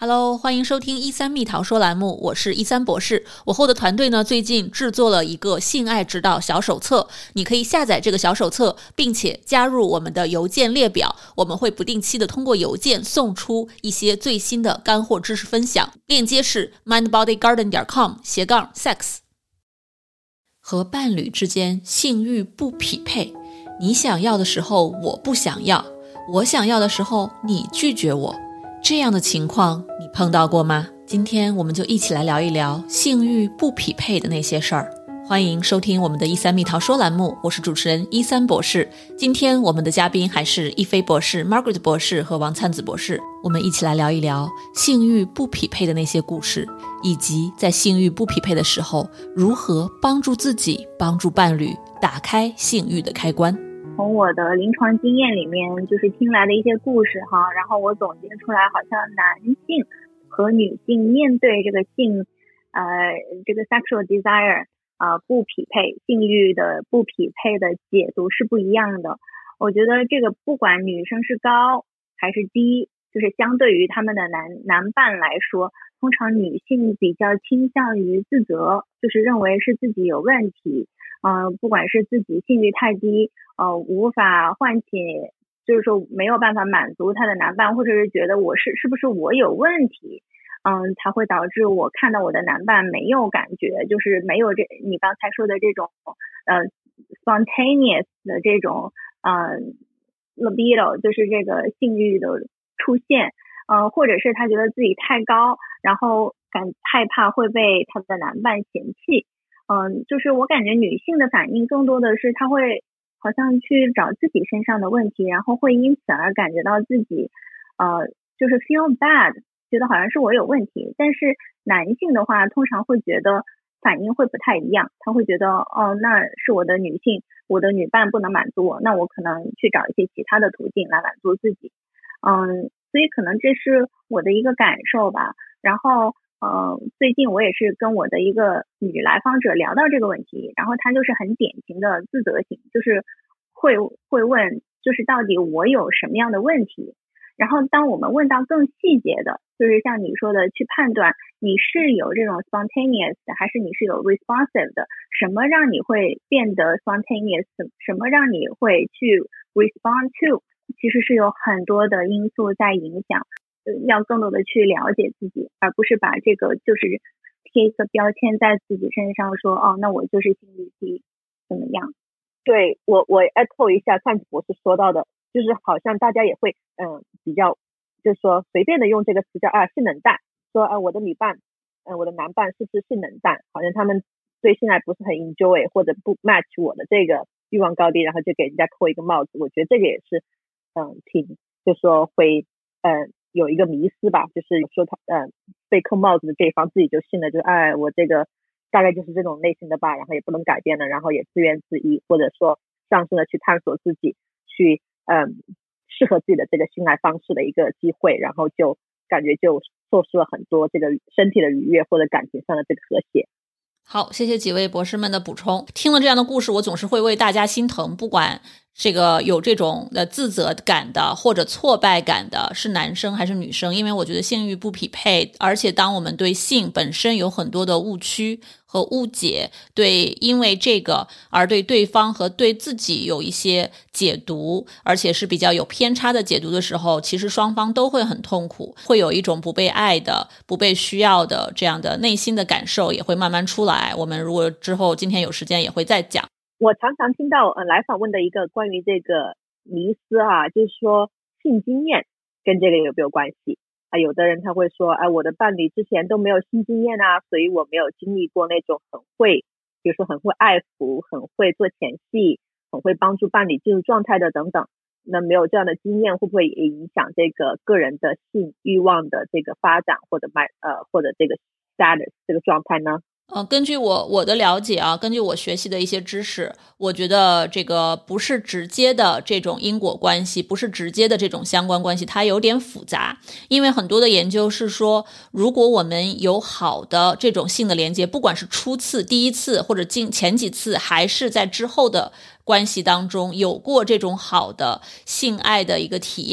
Hello， 欢迎收听13蜜桃说栏目，我是13博士。我后的团队呢，最近制作了一个性爱指导小手册，你可以下载这个小手册，并且加入我们的邮件列表，我们会不定期的通过邮件送出一些最新的干货知识分享。链接是 mindbodygarden.com/sex。和伴侣之间性欲不匹配，你想要的时候我不想要，我想要的时候你拒绝我，这样的情况你碰到过吗？今天我们就一起来聊一聊性欲不匹配的那些事儿。欢迎收听我们的13蜜桃说栏目，我是主持人13博士。今天我们的嘉宾还是一菲博士、Margaret 博士和王灿子博士，我们一起来聊一聊性欲不匹配的那些故事，以及在性欲不匹配的时候如何帮助自己、帮助伴侣打开性欲的开关。 从我的临床经验里面就是听来的一些故事哈，然后我总结出来好像男性和女性面对这个性这个 sexual desire 不匹配，性欲的不匹配的解读是不一样的。我觉得这个不管女生是高还是低，就是相对于他们的男伴来说，通常女性比较倾向于自责，就是认为是自己有问题，不管是自己性欲太低，无法唤起，就是说没有办法满足他的男伴，或者是觉得是不是我有问题，才会导致我看到我的男伴没有感觉，就是没有你刚才说的这种spontaneous 的这种libido， 就是这个性欲的出现，或者是他觉得自己太高，然后害怕会被他的男伴嫌弃。就是我感觉女性的反应更多的是她会好像去找自己身上的问题，然后会因此而感觉到自己就是 feel bad， 觉得好像是我有问题。但是男性的话通常会觉得反应会不太一样，他会觉得那是我的女性，我的女伴不能满足我，那我可能去找一些其他的途径来满足自己。所以可能这是我的一个感受吧。然后最近我也是跟我的一个女来访者聊到这个问题，然后她就是很典型的自责型，就是会问，就是到底我有什么样的问题。然后当我们问到更细节的，就是像你说的去判断你是有这种 spontaneous 的还是你是有 responsive 的，什么让你会变得 spontaneous， 什么让你会去 respond to， 其实是有很多的因素在影响，要更多的去了解自己，而不是把这个就是贴一个标签在自己身上说那我就是性欲低怎么样。 对，我 echo 一下灿子博士说到的，就是好像大家也会比较就是说随便的用这个词叫性冷淡，说我的女伴我的男伴是不是性冷淡，好像他们对性爱不是很 enjoy 或者不 match 我的这个欲望高低，然后就给人家扣一个帽子。我觉得这个也是挺就是说会有一个迷思吧，就是有时候他被扣帽子的这一方自己就信了，就是我这个大概就是这种类型的吧，然后也不能改变了，然后也自怨自艾，或者说上升的去探索自己，去适合自己的这个性爱方式的一个机会，然后就感觉就错失了很多这个身体的愉悦或者感情上的这个和谐。 好，谢谢几位博士们的补充。听了这样的故事，我总是会为大家心疼，不管这个有这种自责感的或者挫败感的是男生还是女生，因为我觉得性欲不匹配，而且当我们对性本身有很多的误区和误解，因为这个而对对方和对自己有一些解读，而且是比较有偏差的解读的时候，其实双方都会很痛苦，会有一种不被爱的、不被需要的这样的内心的感受也会慢慢出来。我们如果之后今天有时间也会再讲。 我常常听到来访问的一个关于这个迷思就是说性经验跟这个有没有关系有的人他会说我的伴侣之前都没有性经验所以我没有经历过那种很会，比如说很会爱抚，很会做前戏，很会帮助伴侣进入状态的等等。那没有这样的经验会不会也影响这个个人的性欲望的这个发展或者这个 status 这个状态呢？ 根据我的了解根据我学习的一些知识，我觉得这个不是直接的这种因果关系，不是直接的这种相关关系，它有点复杂。因为很多的研究是说，如果我们有好的这种性的连接，不管是初次、第一次或者前几次，还是在之后的关系当中有过这种好的性爱的一个体验，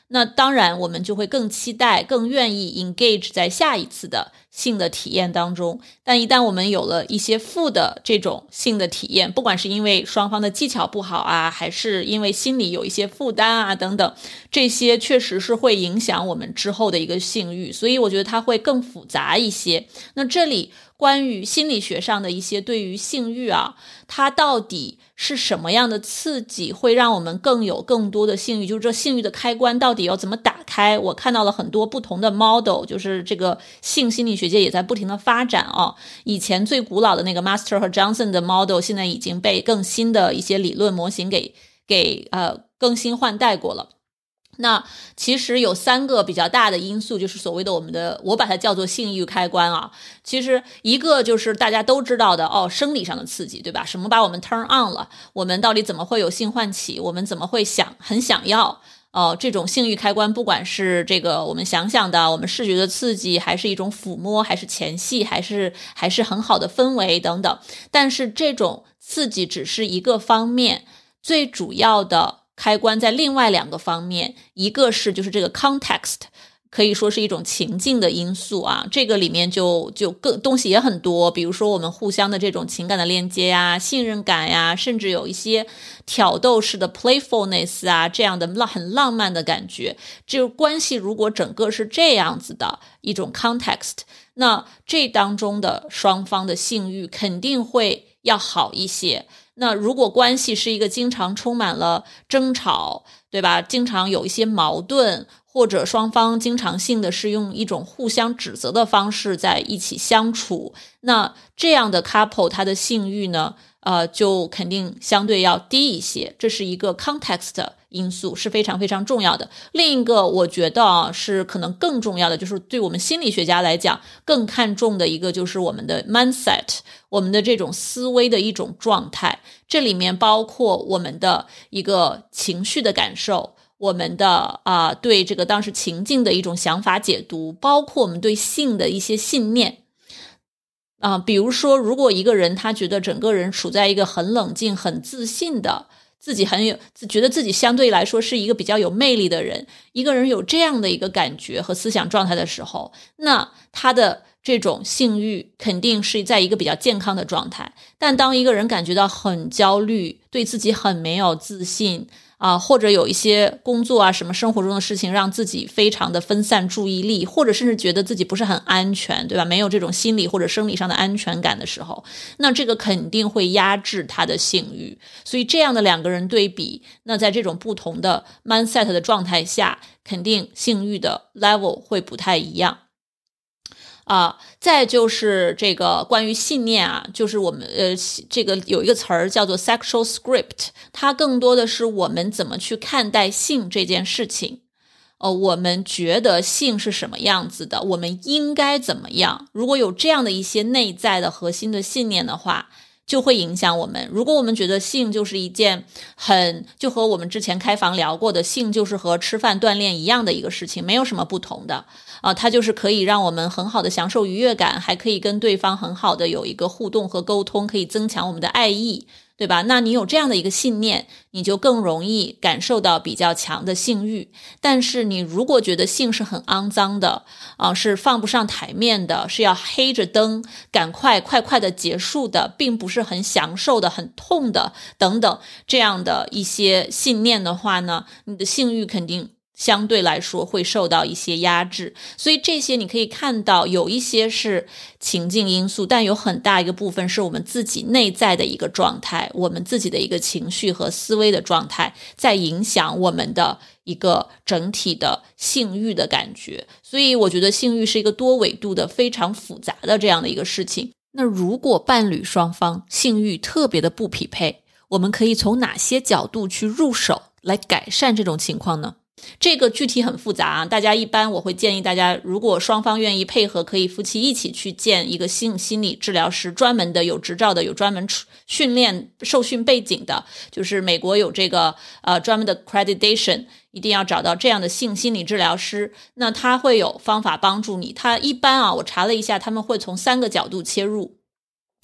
那当然我们就会更期待更愿意 engage 在下一次的性的体验当中。但一旦我们有了一些负的这种性的体验，不管是因为双方的技巧不好啊，还是因为心里有一些负担啊等等，这些确实是会影响我们之后的一个性欲，所以我觉得它会更复杂一些。那这里关于心理学上的一些对于性欲啊，它到底是什么样的刺激会让我们更多的性欲，就是这性欲的开关到底要怎么打开。我看到了很多不同的 model， 就是这个性心理学界也在不停的发展啊。以前最古老的那个 Master 和 Johnson 的 model 现在已经被更新的一些理论模型给更新换代过了。那其实有3个比较大的因素，就是所谓的我把它叫做性欲开关啊。其实一个就是大家都知道的生理上的刺激，对吧？什么把我们 turn on 了？我们到底怎么会有性唤起？我们怎么会很想要？这种性欲开关，不管是这个我们想的，我们视觉的刺激，还是一种抚摸，还是前戏，还是很好的氛围等等。但是这种刺激只是一个方面，最主要的开关在另外2个方面，一个是就是这个 context， 可以说是一种情境的因素啊，这个里面就更东西也很多，比如说我们互相的这种情感的链接啊，信任感呀，甚至有一些挑逗式的 playfulness 啊，这样的很浪漫的感觉。这关系如果整个是这样子的一种 context， 那这当中的双方的性欲肯定会要好一些。那如果关系是一个经常充满了争吵，对吧？经常有一些矛盾，或者双方经常性的是用一种互相指责的方式在一起相处，那这样的 couple 他的性欲呢，就肯定相对要低一些。这是一个 context 因素，是非常非常重要的。另一个我觉得是可能更重要的，就是对我们心理学家来讲更看重的一个，就是我们的 mindset， 我们的这种思维的一种状态。这里面包括我们的一个情绪的感受，我们的对这个当时情境的一种想法解读，包括我们对性的一些信念。比如说如果一个人他觉得整个人处在一个很冷静很自信的，自己觉得自己相对来说是一个比较有魅力的人，一个人有这样的一个感觉和思想状态的时候，那他的这种性欲肯定是在一个比较健康的状态。但当一个人感觉到很焦虑，对自己很没有自信或者有一些工作什么生活中的事情让自己非常的分散注意力，或者甚至觉得自己不是很安全，对吧？没有这种心理或者生理上的安全感的时候，那这个肯定会压制他的性欲。所以这样的2个人对比，那在这种不同的 mindset 的状态下，肯定性欲的 level 会不太一样。再就是这个关于信念就是我们这个有一个词儿叫做 sexual script， 它更多的是我们怎么去看待性这件事情。我们觉得性是什么样子的，我们应该怎么样。如果有这样的一些内在的核心的信念的话，就会影响我们。如果我们觉得性就是一件就和我们之前开房聊过的，性就是和吃饭锻炼一样的一个事情，没有什么不同的它就是可以让我们很好的享受愉悦感，还可以跟对方很好的有一个互动和沟通，可以增强我们的爱意，对吧？那你有这样的一个信念，你就更容易感受到比较强的性欲。但是你如果觉得性是很肮脏的是放不上台面的，是要黑着灯赶快的结束的，并不是很享受的，很痛的等等，这样的一些信念的话呢，你的性欲肯定相对来说会受到一些压制。所以这些你可以看到有一些是情境因素，但有很大一个部分是我们自己内在的一个状态，我们自己的一个情绪和思维的状态在影响我们的一个整体的性欲的感觉。所以我觉得性欲是一个多维度的非常复杂的这样的一个事情。那如果伴侣双方性欲特别的不匹配，我们可以从哪些角度去入手来改善这种情况呢？这个具体很复杂大家一般我会建议大家，如果双方愿意配合，可以夫妻一起去见一个性心理治疗师，专门的有执照的，有专门训练受训背景的，就是美国有这个专门的 accreditation， 一定要找到这样的性心理治疗师，那他会有方法帮助你。他一般我查了一下，他们会从3个角度切入。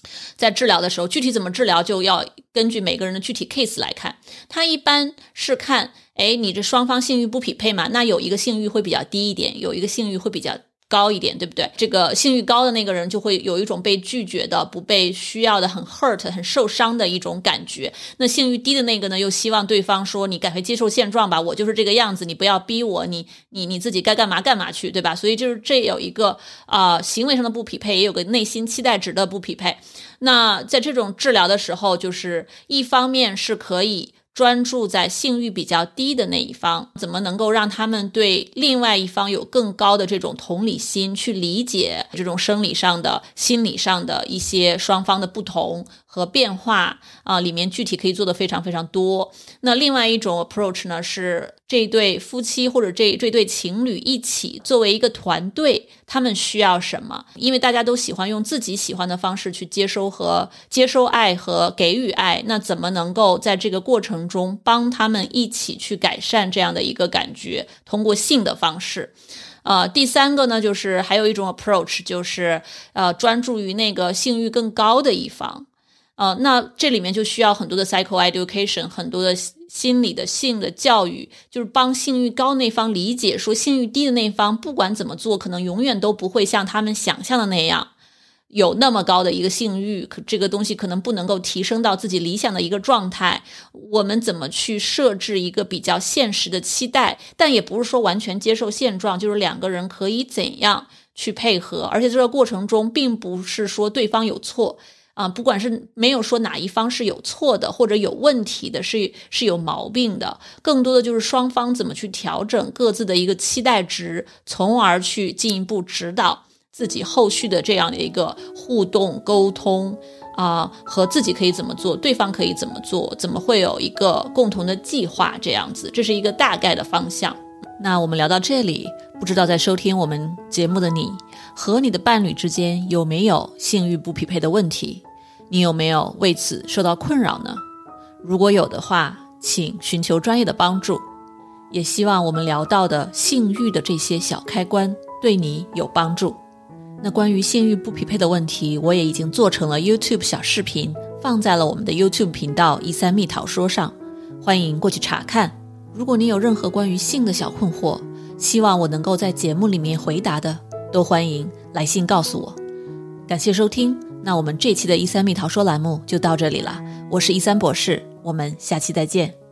在治疗的时候，具体怎么治疗就要根据每个人的具体 case 来看。他一般是看你这双方性欲不匹配嘛，那有一个性欲会比较低一点，有一个性欲会比较高一点，对不对？这个性欲高的那个人就会有一种被拒绝的、不被需要的、很 hurt 很受伤的一种感觉。那性欲低的那个呢，又希望对方说你赶快接受现状吧，我就是这个样子，你不要逼我，你自己该干嘛干嘛去，对吧？所以就是这有一个行为上的不匹配，也有个内心期待值的不匹配。那在这种治疗的时候，就是一方面是可以专注在性欲比较低的那一方，怎么能够让他们对另外一方有更高的这种同理心，去理解这种生理上的、心理上的一些双方的不同和变化里面具体可以做的非常非常多。那另外一种 approach 呢，是这对夫妻或者这对情侣一起作为一个团队，他们需要什么？因为大家都喜欢用自己喜欢的方式去接收爱和给予爱，那怎么能够在这个过程中帮他们一起去改善这样的一个感觉，通过性的方式。第三个呢，就是还有一种 approach， 就是专注于那个性欲更高的一方。那这里面就需要很多的 psychoeducation， 很多的心理的性的教育，就是帮性欲高那方理解说性欲低的那方不管怎么做，可能永远都不会像他们想象的那样有那么高的一个性欲，这个东西可能不能够提升到自己理想的一个状态。我们怎么去设置一个比较现实的期待，但也不是说完全接受现状，就是两个人可以怎样去配合，而且这个过程中并不是说对方有错不管是没有说哪一方是有错的或者有问题的，是有毛病的，更多的就是双方怎么去调整各自的一个期待值，从而去进一步指导自己后续的这样的一个互动沟通和自己可以怎么做，对方可以怎么做，怎么会有一个共同的计划，这样子，这是一个大概的方向。那我们聊到这里，不知道在收听我们节目的你和你的伴侣之间有没有性欲不匹配的问题？你有没有为此受到困扰呢？如果有的话，请寻求专业的帮助。也希望我们聊到的性欲的这些小开关对你有帮助。那关于性欲不匹配的问题，我也已经做成了 YouTube 小视频，放在了我们的 YouTube 频道13蜜桃说上，欢迎过去查看。如果你有任何关于性的小困惑，希望我能够在节目里面回答的，都欢迎来信告诉我。感谢收听，那我们这期的13蜜桃说栏目就到这里了，我是13博士，我们下期再见。